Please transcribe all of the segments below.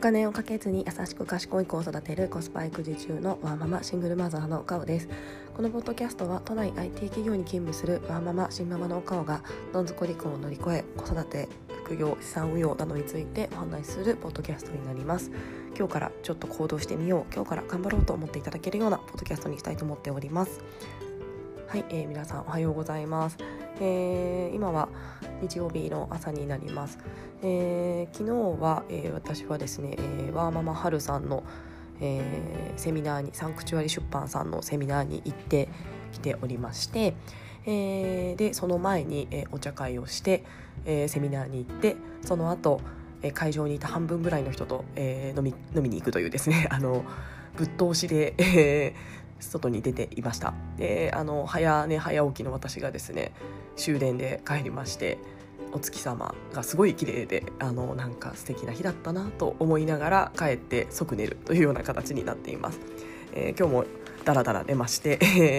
金をかけずに優しく賢い子を育てるコスパ育児中のワーママシングルマザーのカオです。このポッドキャストは都内 IT 企業に勤務するワーママ新ママのカオがどん底離婚を乗り越え子育て、副業、資産運用などについてお話しするポッドキャストになります。今日からちょっと行動してみよう、今日から頑張ろうと思っていただけるようなポッドキャストにしたいと思っております。はい、皆さんおはようございます。今は日曜日の朝になります。昨日は、私はですね、ワーママハルさんの、セミナーにサンクチュアリ出版さんのセミナーに行ってきておりまして、でその前に、お茶会をして、セミナーに行って、その後会場にいた半分ぐらいの人と、飲みに行くというですねぶっ通しで、外に出ていました。で早起きの私がですね終電で帰りまして、お月様がすごい綺麗でなんか素敵な日だったなと思いながら帰って即寝るというような形になっています。今日もだらだら寝まして、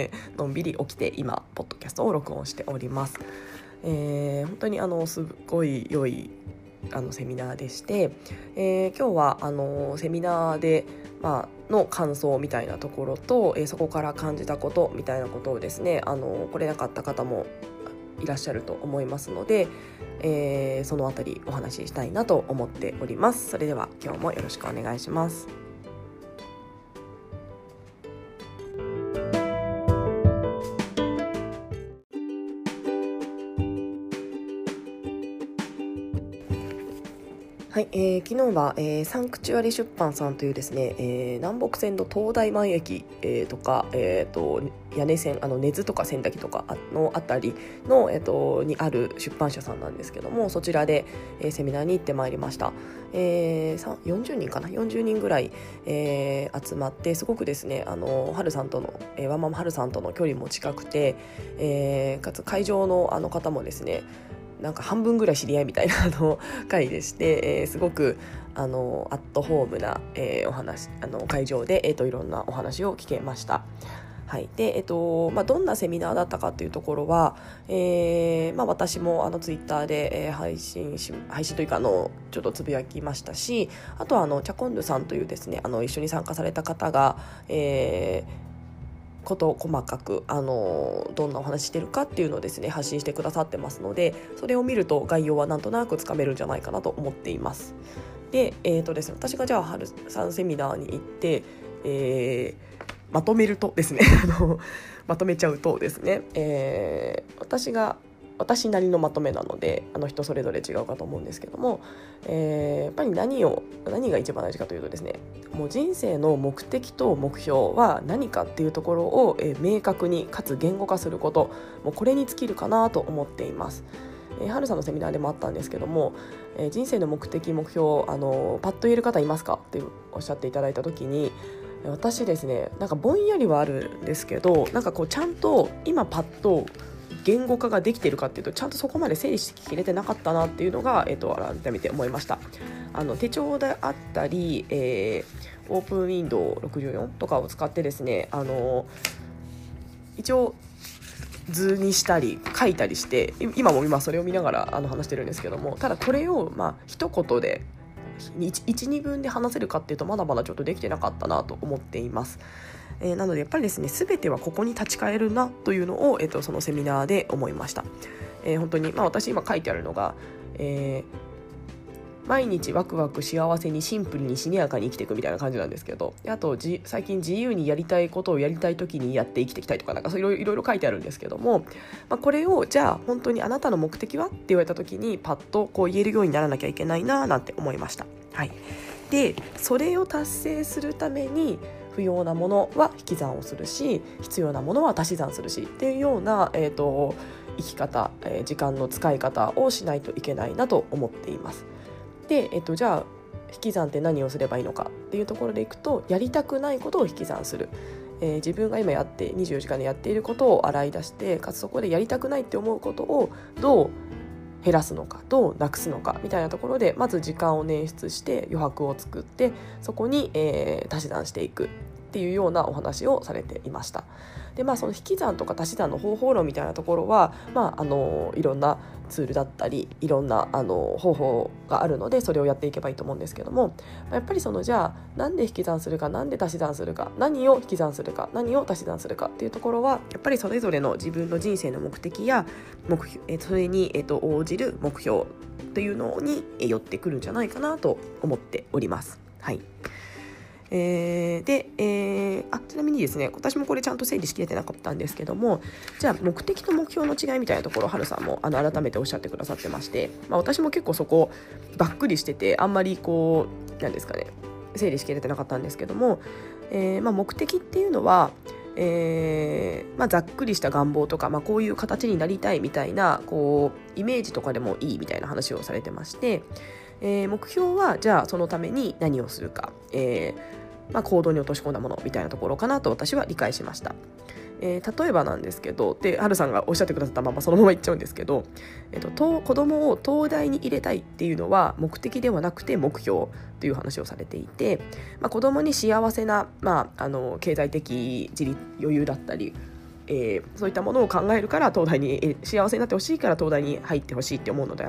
のんびり起きて今ポッドキャストを録音しております。本当にすごい良いセミナーでして、今日はセミナーで、の感想みたいなところと、そこから感じたことみたいなことをですね来れなかった方もいらっしゃると思いますので、そのあたりお話ししたいなと思っております。それでは今日もよろしくお願いします。はい、昨日は、サンクチュアリ出版さんというですね、南北線の東大前駅、とか、屋根線根津とか千駄木とかのあたりの、にある出版社さんなんですけども、そちらで、セミナーに行ってまいりました。40人かな40人ぐらい、集まって、すごくですね春さんとの、ワンママ春さんとの距離も近くて、かつ会場の方もですねなんか半分ぐらい知り合いみたいな会でして、すごくアットホームな、お話会場で、いろんなお話を聞けました。はい。でどんなセミナーだったかというところは、私もツイッターで、配信というかちょっとつぶやきましたし、あとはチャコンヌさんというですね一緒に参加された方が、こと細かくどんなお話してるかっていうのをですね発信してくださってますので、それを見ると概要はなんとなくつかめるんじゃないかなと思っています。で、ですね、私がじゃあ春さんセミナーに行って、まとめるとですねまとめちゃうとですね、私なりのまとめなので人それぞれ違うかと思うんですけども、やっぱり何が一番大事かというとですね、もう人生の目的と目標は何かっていうところを、明確にかつ言語化すること、もうこれに尽きるかなと思っています。春さんのセミナーでもあったんですけども、人生の目的目標パッと言える方いますかっておっしゃっていただいた時に、私ですねなんかぼんやりはあるんですけど、なんかこうちゃんと今パッと言語化ができているかっていうと、ちゃんとそこまで整理しきれてなかったなっていうのが、改めて思いました。手帳であったり、オープンウィンドウ64とかを使ってですね一応図にしたり書いたりして、今それを見ながら話してるんですけども、ただこれを一言で 1,2 分で話せるかっていうとまだまだちょっとできてなかったなと思っています。なのでやっぱりですね全てはここに立ち返るなというのを、そのセミナーで思いました。本当に、私今書いてあるのが、毎日ワクワク幸せにシンプルにしなやかに生きていくみたいな感じなんですけど、あと最近自由にやりたいことをやりたい時にやって生きていきたいとか、なんかそういろいろ書いてあるんですけども、これをじゃあ本当にあなたの目的はって言われた時にパッとこう言えるようにならなきゃいけないななんて思いました。はい。でそれを達成するために不要なものは引き算をするし、必要なものは足し算するしっていうような、生き方、時間の使い方をしないといけないなと思っています。で、じゃあ引き算って何をすればいいのかっていうところでいくと、やりたくないことを引き算する、自分が今24時間でやっていることを洗い出して、かつそこでやりたくないって思うことをどう減らすのか、どうなくすのかみたいなところでまず時間を捻出して余白を作って、そこに、足し算していく。 っていうようなお話をされていました。でその引き算とか足し算の方法論みたいなところは、いろんなツールだったりいろんな方法があるので、それをやっていけばいいと思うんですけども、やっぱりじゃあなんで引き算するか、なんで足し算するか、何を引き算するか、何を足し算するかっていうところは、やっぱりそれぞれの自分の人生の目的やそれに、応じる目標というのに寄ってくるんじゃないかなと思っております。はい。ちなみにですね、私もこれちゃんと整理しきれてなかったんですけども、じゃあ目的と目標の違いみたいなところを春さんも改めておっしゃってくださってまして、私も結構そこばっくりしてて、あんまりなんですかね、整理しきれてなかったんですけども、目的っていうのは、ざっくりした願望とか、こういう形になりたいみたいなイメージとかでもいいみたいな話をされてまして、目標はじゃあそのために何をするか、行動に落とし込んだものみたいなところかなと私は理解しました。例えばなんですけど、で春さんがおっしゃってくださったままそのまま言っちゃうんですけど、子供を東大に入れたいっていうのは目的ではなくて目標という話をされていて、子供に幸せな、経済的余裕だったり、そういったものを考えるから東大に幸せになってほしいから東大に入ってほしいって思うのであって、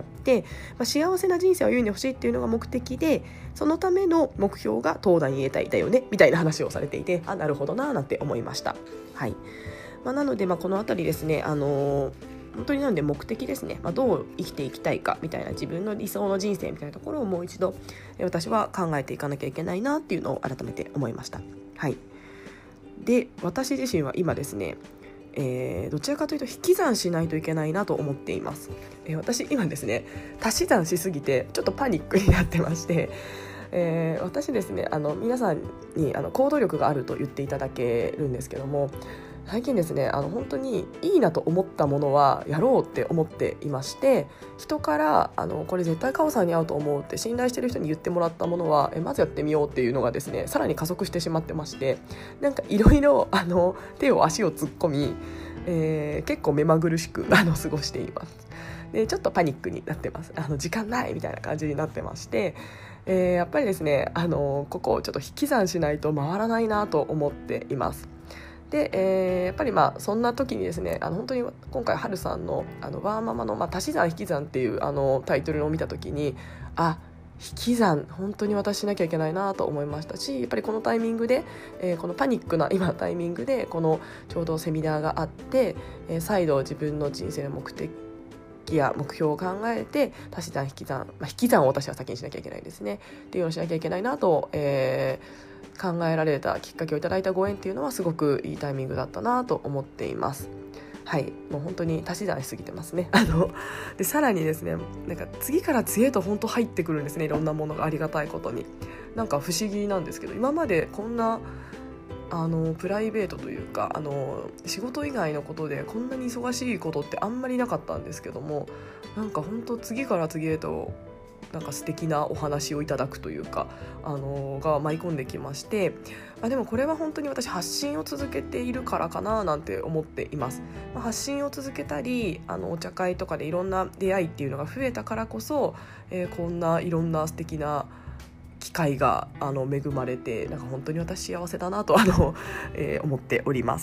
幸せな人生を歩んでほしいっていうのが目的で、そのための目標が東大に入れたいだよねみたいな話をされていて、なるほどななんて思いました。はい。なのでこのあたりですね、本当になので目的ですね、どう生きていきたいかみたいな自分の理想の人生みたいなところをもう一度私は考えていかなきゃいけないなっていうのを改めて思いました。はい。で私自身は今ですね、どちらかというと引き算しないといけないなと思っています。私今ですね、足し算しすぎてちょっとパニックになってまして、私ですね、皆さんに行動力があると言っていただけるんですけども、最近ですね、本当にいいなと思ったものはやろうって思っていまして、人からこれ絶対カオさんに合うと思うって信頼してる人に言ってもらったものはまずやってみようっていうのがですね、さらに加速してしまってまして、なんかいろいろ手を足を突っ込み、結構目まぐるしく過ごしています。でちょっとパニックになってます。時間ないみたいな感じになってまして、やっぱりですね、ここをちょっと引き算しないと回らないなと思っています。で、やっぱりそんな時にですね、本当に今回春さんのワーママの、足し算引き算っていうタイトルを見た時に、引き算本当に私しなきゃいけないなと思いましたし、やっぱりこのタイミングで、このパニックな今のタイミングでこのちょうどセミナーがあって、再度自分の人生の目的や目標を考えて足し算引き算、引き算を私は先にしなきゃいけないですねっていうのをしなきゃいけないなと、考えられたきっかけをいただいたご縁っていうのはすごくいいタイミングだったなと思っています。はい、もう本当に足し算しすぎてますね。でさらにですね、なんか次から次へと本当入ってくるんですね、いろんなものがありがたいことに。なんか不思議なんですけど、今までこんなプライベートというか仕事以外のことでこんなに忙しいことってあんまりなかったんですけども、なんか本当次から次へとなんか素敵なお話をいただくというかが舞い込んできまして、でもこれは本当に私発信を続けているからかななんて思っています。発信を続けたりお茶会とかでいろんな出会いっていうのが増えたからこそ、こんないろんな素敵な機会が恵まれて、なんか本当に私幸せだなと思っております。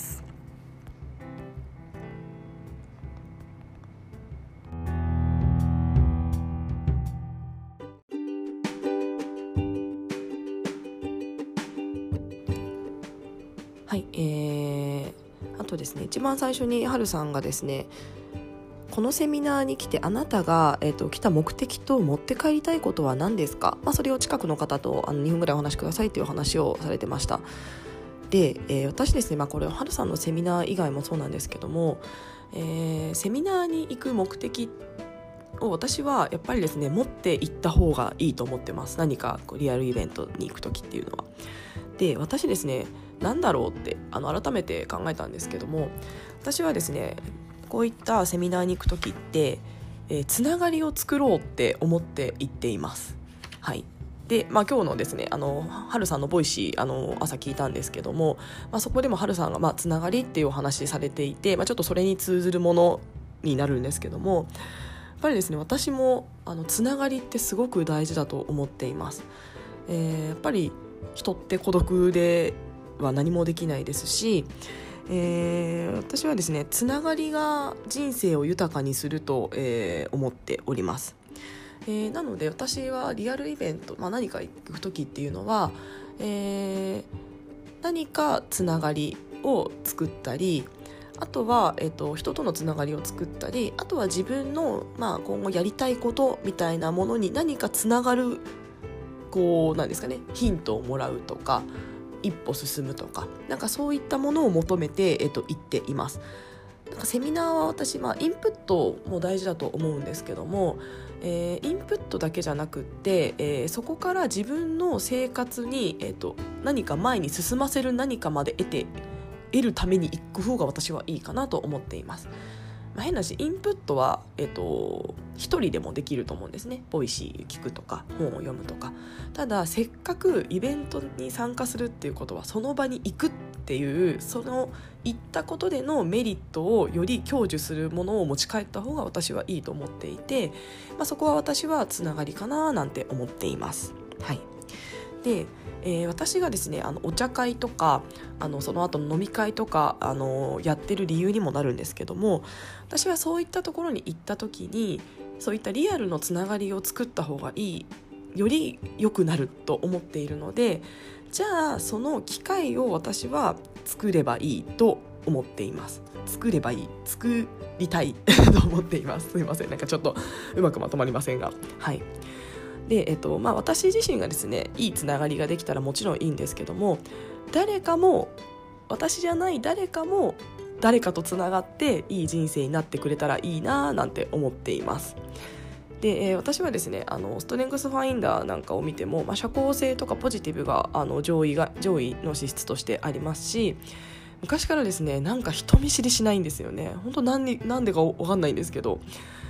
はい、あとですね、一番最初に春さんがですね、このセミナーに来てあなたが、来た目的と持って帰りたいことは何ですか、それを近くの方と2分ぐらいお話しくださいという話をされてました。で、私ですね、これ春さんのセミナー以外もそうなんですけども、セミナーに行く目的を私はやっぱりですね持って行った方がいいと思ってます。何かリアルイベントに行く時っていうのは。で私ですね、なんだろうって改めて考えたんですけども、私はですねこういったセミナーに行く時って、つながりを作ろうって思って行っています。はい。で、今日のですね春さんのボイシー朝聞いたんですけども、そこでも春さんがつながりっていうお話されていて、ちょっとそれに通ずるものになるんですけども、やっぱりですね私もつながりってすごく大事だと思っています。やっぱり人って孤独では何もできないですし、私はですね、つながりが人生を豊かにすると、思っております。なので私はリアルイベント、何か行く時っていうのは、何かつながりを作ったり、あとは、人とのつながりを作ったり、あとは自分の、今後やりたいことみたいなものに何かつながるなんですかね、ヒントをもらうとか一歩進むとか、なんかそういったものを求めて、行っています。なんかセミナーは私、インプットも大事だと思うんですけども、インプットだけじゃなくって、そこから自分の生活に、何か前に進ませる何かまで得るために行く方が私はいいかなと思っています。変なし、インプットは、一人でもできると思うんですね。ボイシー聞くとか本を読むとか。ただせっかくイベントに参加するっていうことは、その場に行くっていう、その行ったことでのメリットをより享受するものを持ち帰った方が私はいいと思っていて、そこは私はつながりかななんて思っています。はい。で、私がですね、お茶会とかその後の飲み会とかやってる理由にもなるんですけども、私はそういったところに行った時に、そういったリアルのつながりを作った方がより良くなると思っているので、じゃあその機会を私は作ればいいと思っています。作りたいと思っています。すいません、なんかちょっとうまくまとまりませんが、はい。で、私自身がですね、いいつながりができたらもちろんいいんですけども、私じゃない誰かも誰かとつながっていい人生になってくれたらいいななんて思っています。で、私はですね、ストレングスファインダーなんかを見ても、社交性とかポジティブが上位の資質としてありますし、昔からですね、なんか人見知りしないんですよね。本当なんでか分かんないんですけど。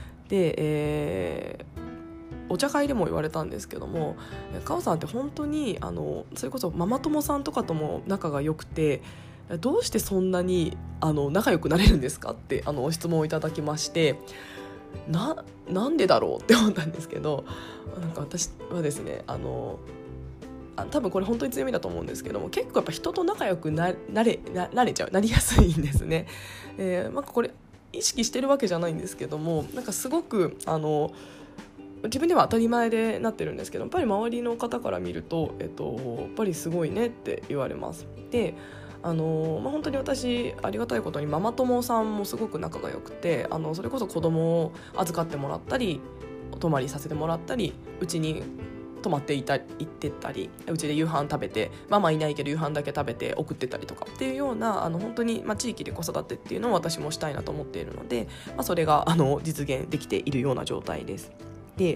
で、お茶会でも言われたんですけども、かおさんって本当にそれこそママ友さんとかとも仲が良くて、どうしてそんなに仲良くなれるんですかって質問をいただきまして、なんでだろうって思ったんですけど、なんか私はですね、多分これ本当に強みだと思うんですけども、結構やっぱ人と仲良くなりやすいんですね。これ意識してるわけじゃないんですけども、なんかすごく自分では当たり前でなってるんですけど、やっぱり周りの方から見ると、やっぱりすごいねって言われます。で、本当に私ありがたいことにママ友さんもすごく仲が良くて、それこそ子供を預かってもらったり、お泊まりさせてもらったり、うちに泊まって行ってったり、うちで夕飯食べて、ママいないけど夕飯だけ食べて送ってったりとかっていうような本当に、地域で子育てっていうのを私もしたいなと思っているので、それが実現できているような状態です。で、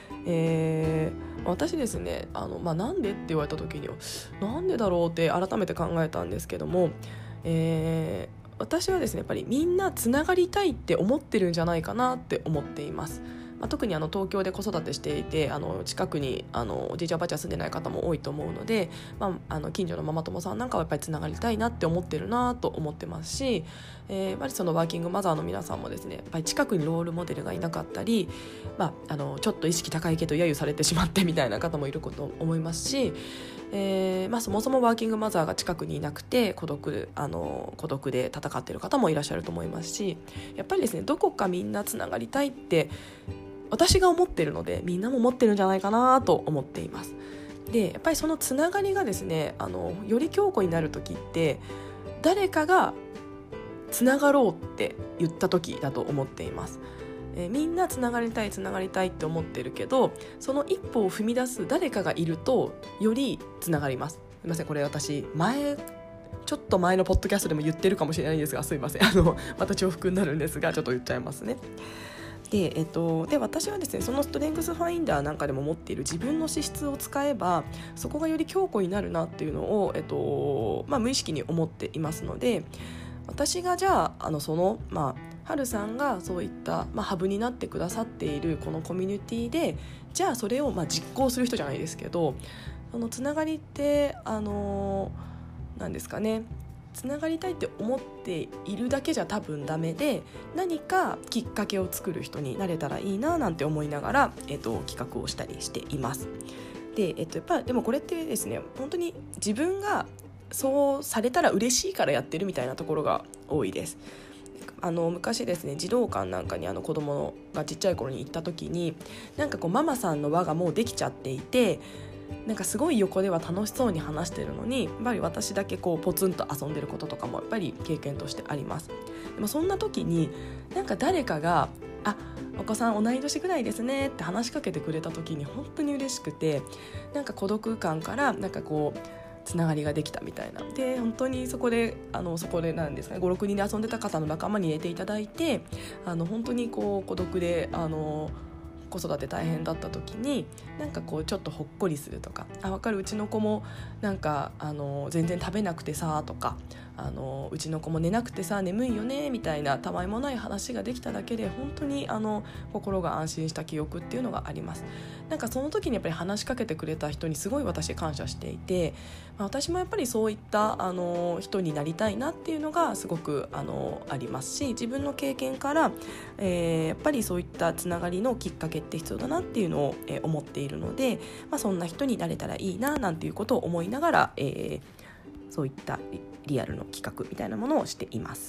私ですね、なんでって言われた時になんでだろうって改めて考えたんですけども、私はですね、やっぱりみんなつながりたいって思ってるんじゃないかなって思っています。特に東京で子育てしていて、近くにおじいちゃんおばあちゃん住んでない方も多いと思うので、近所のママ友さんなんかはやっぱりつながりたいなって思ってるなと思ってますし、やっぱりそのワーキングマザーの皆さんもですね、やっぱり近くにロールモデルがいなかったり、ちょっと意識高いけど揶揄されてしまってみたいな方もいると思いますし、そもそもワーキングマザーが近くにいなくて孤独で戦っている方もいらっしゃると思いますし、やっぱりですね、どこかみんなつながりたいって私が思っているので、みんなも思ってるんじゃないかなと思っています。で、やっぱりそのつながりがですね、より強固になる時って、誰かがつながろうって言った時だと思っています。みんなつながりたいって思ってるけど、その一歩を踏み出す誰かがいるとよりつながります。すみません、これ私ちょっと前のポッドキャストでも言ってるかもしれないんですが、すいません、また重複になるんですが、ちょっと言っちゃいますね。で、私はですね、そのストレングスファインダーなんかでも持っている自分の資質を使えば、そこがより強固になるなっていうのを、無意識に思っていますので、私がじゃあはるさんがそういった、ハブになってくださっているこのコミュニティで、じゃあそれを実行する人じゃないですけど、そのつながりってなんですかね、つながりたいって思っているだけじゃ多分ダメで、何かきっかけを作る人になれたらいいななんて思いながら、企画をしたりしています。で、やっぱりでもこれってですね、本当に自分がそうされたら嬉しいからやってるみたいなところが多いです。昔ですね児童館なんかに子供がちっちゃい頃に行った時になんかこうママさんの輪がもうできちゃっていて、なんかすごい横では楽しそうに話してるのにやっぱり私だけこうポツンと遊んでることとかもやっぱり経験としてあります。でもそんな時になんか誰かがお子さん同い年ぐらいですねって話しかけてくれた時に本当に嬉しくて、なんか孤独感からなんかこうつながりができたみたいなで、本当にそこでなんですかね、5、6人で遊んでた方の仲間に入れていただいて、本当にこう孤独で子育て大変だった時になんかこうちょっとほっこりするとか、分かる、うちの子もなんか全然食べなくてさとか、うちの子も寝なくてさ眠いよねみたいなたわいもない話ができただけで本当に心が安心した記憶っていうのがあります。なんかその時にやっぱり話しかけてくれた人にすごい私感謝していて、私もやっぱりそういった人になりたいなっていうのがすごくありますし、自分の経験から、やっぱりそういったつながりのきっかけって必要だなっていうのを、思っているので、そんな人になれたらいいななんていうことを思いながら、そういったリアルの企画みたいなものをしています。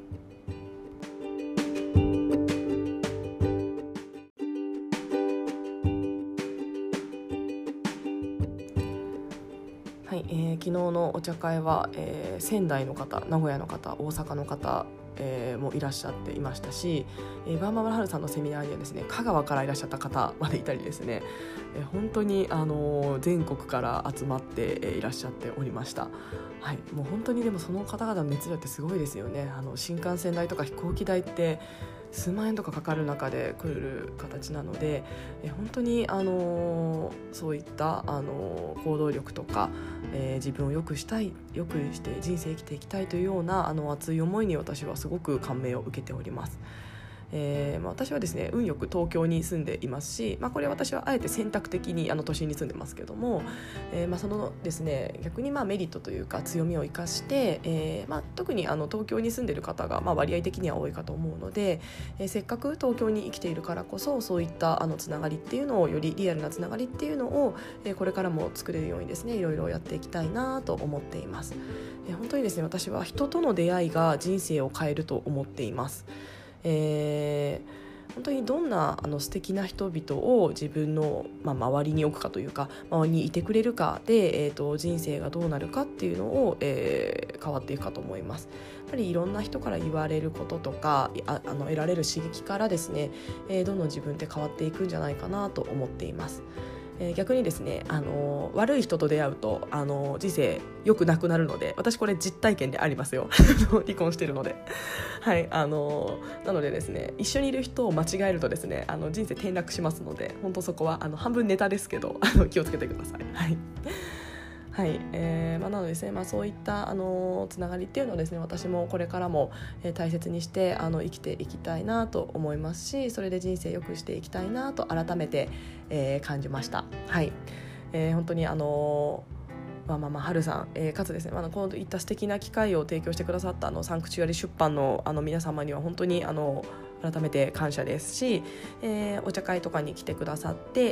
はい、昨日のお茶会は、仙台の方、名古屋の方、大阪の方、もいらっしゃっていましたし、バーママハルさんのセミナーにはですね香川からいらっしゃった方までいたりですね、本当に全国から集まって、いらっしゃっておりました。はい、もう本当にでもその方々の熱量ってすごいですよね。新幹線代とか飛行機代って数万円とかかかる中で来る形なので、本当にそういった行動力とか、自分を良くして人生生きていきたいというような熱い思いに私はすごく感銘を受けております。私はですね運よく東京に住んでいますし、これ私はあえて選択的に都心に住んでますけども、そのですね逆にメリットというか強みを生かして、特に東京に住んでいる方が割合的には多いかと思うので、せっかく東京に生きているからこそそういったつながりっていうのをよりリアルなつながりっていうのを、これからも作れるようにですねいろいろやっていきたいなと思っています。本当にですね私は人との出会いが人生を変えると思っています。本当にどんな素敵な人々を自分の、周りに置くかというか周りにいてくれるかで、人生がどうなるかっていうのを、変わっていくかと思います。やっぱりいろんな人から言われることとか得られる刺激からですね、どんどん自分って変わっていくんじゃないかなと思っています。逆にですね、悪い人と出会うと人生良くなくなるので、私これ実体験でありますよ離婚してるのではい、なのでですね一緒にいる人を間違えるとですね人生転落しますので、本当そこは半分ネタですけど気をつけてください。はいはい、なのでですね、そういったつながりっていうのをですね私もこれからも、大切にして生きていきたいなと思いますし、それで人生良くしていきたいなと改めて、感じました。はい、本当にはるさん、かつですね、こういった素敵な機会を提供してくださったサンクチュアリ出版の皆様には本当に改めて感謝ですし、お茶会とかに来てくださって、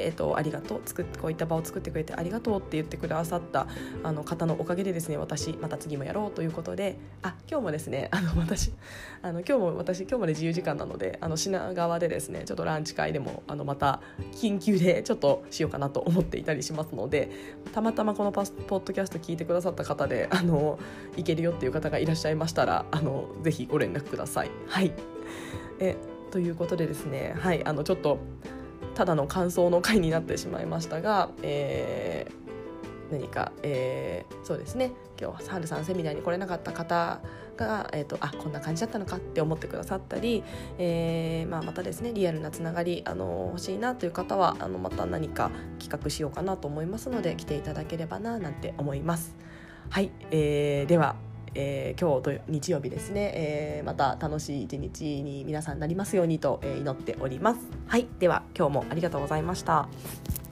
ありがとう、こういった場を作ってくれてありがとうって言ってくださった方のおかげでですね、私また次もやろうということで、今日もですね今日まで自由時間なので品川でですねちょっとランチ会でもまた緊急でちょっとしようかなと思っていたりしますので、たまたまこのポッドキャスト聞いてくださった方で行けるよっていう方がいらっしゃいましたらぜひご連絡ください。はいということでですね、はい、ちょっとただの感想の回になってしまいましたが、何か、そうですね、今日はるさんセミナーに来れなかった方が、こんな感じだったのかって思ってくださったり、またですねリアルなつながり欲しいなという方はまた何か企画しようかなと思いますので来ていただければななんて思います。はい、では今日日曜日ですね、また楽しい一日に皆さんなりますようにと、祈っております。はい、では今日もありがとうございました。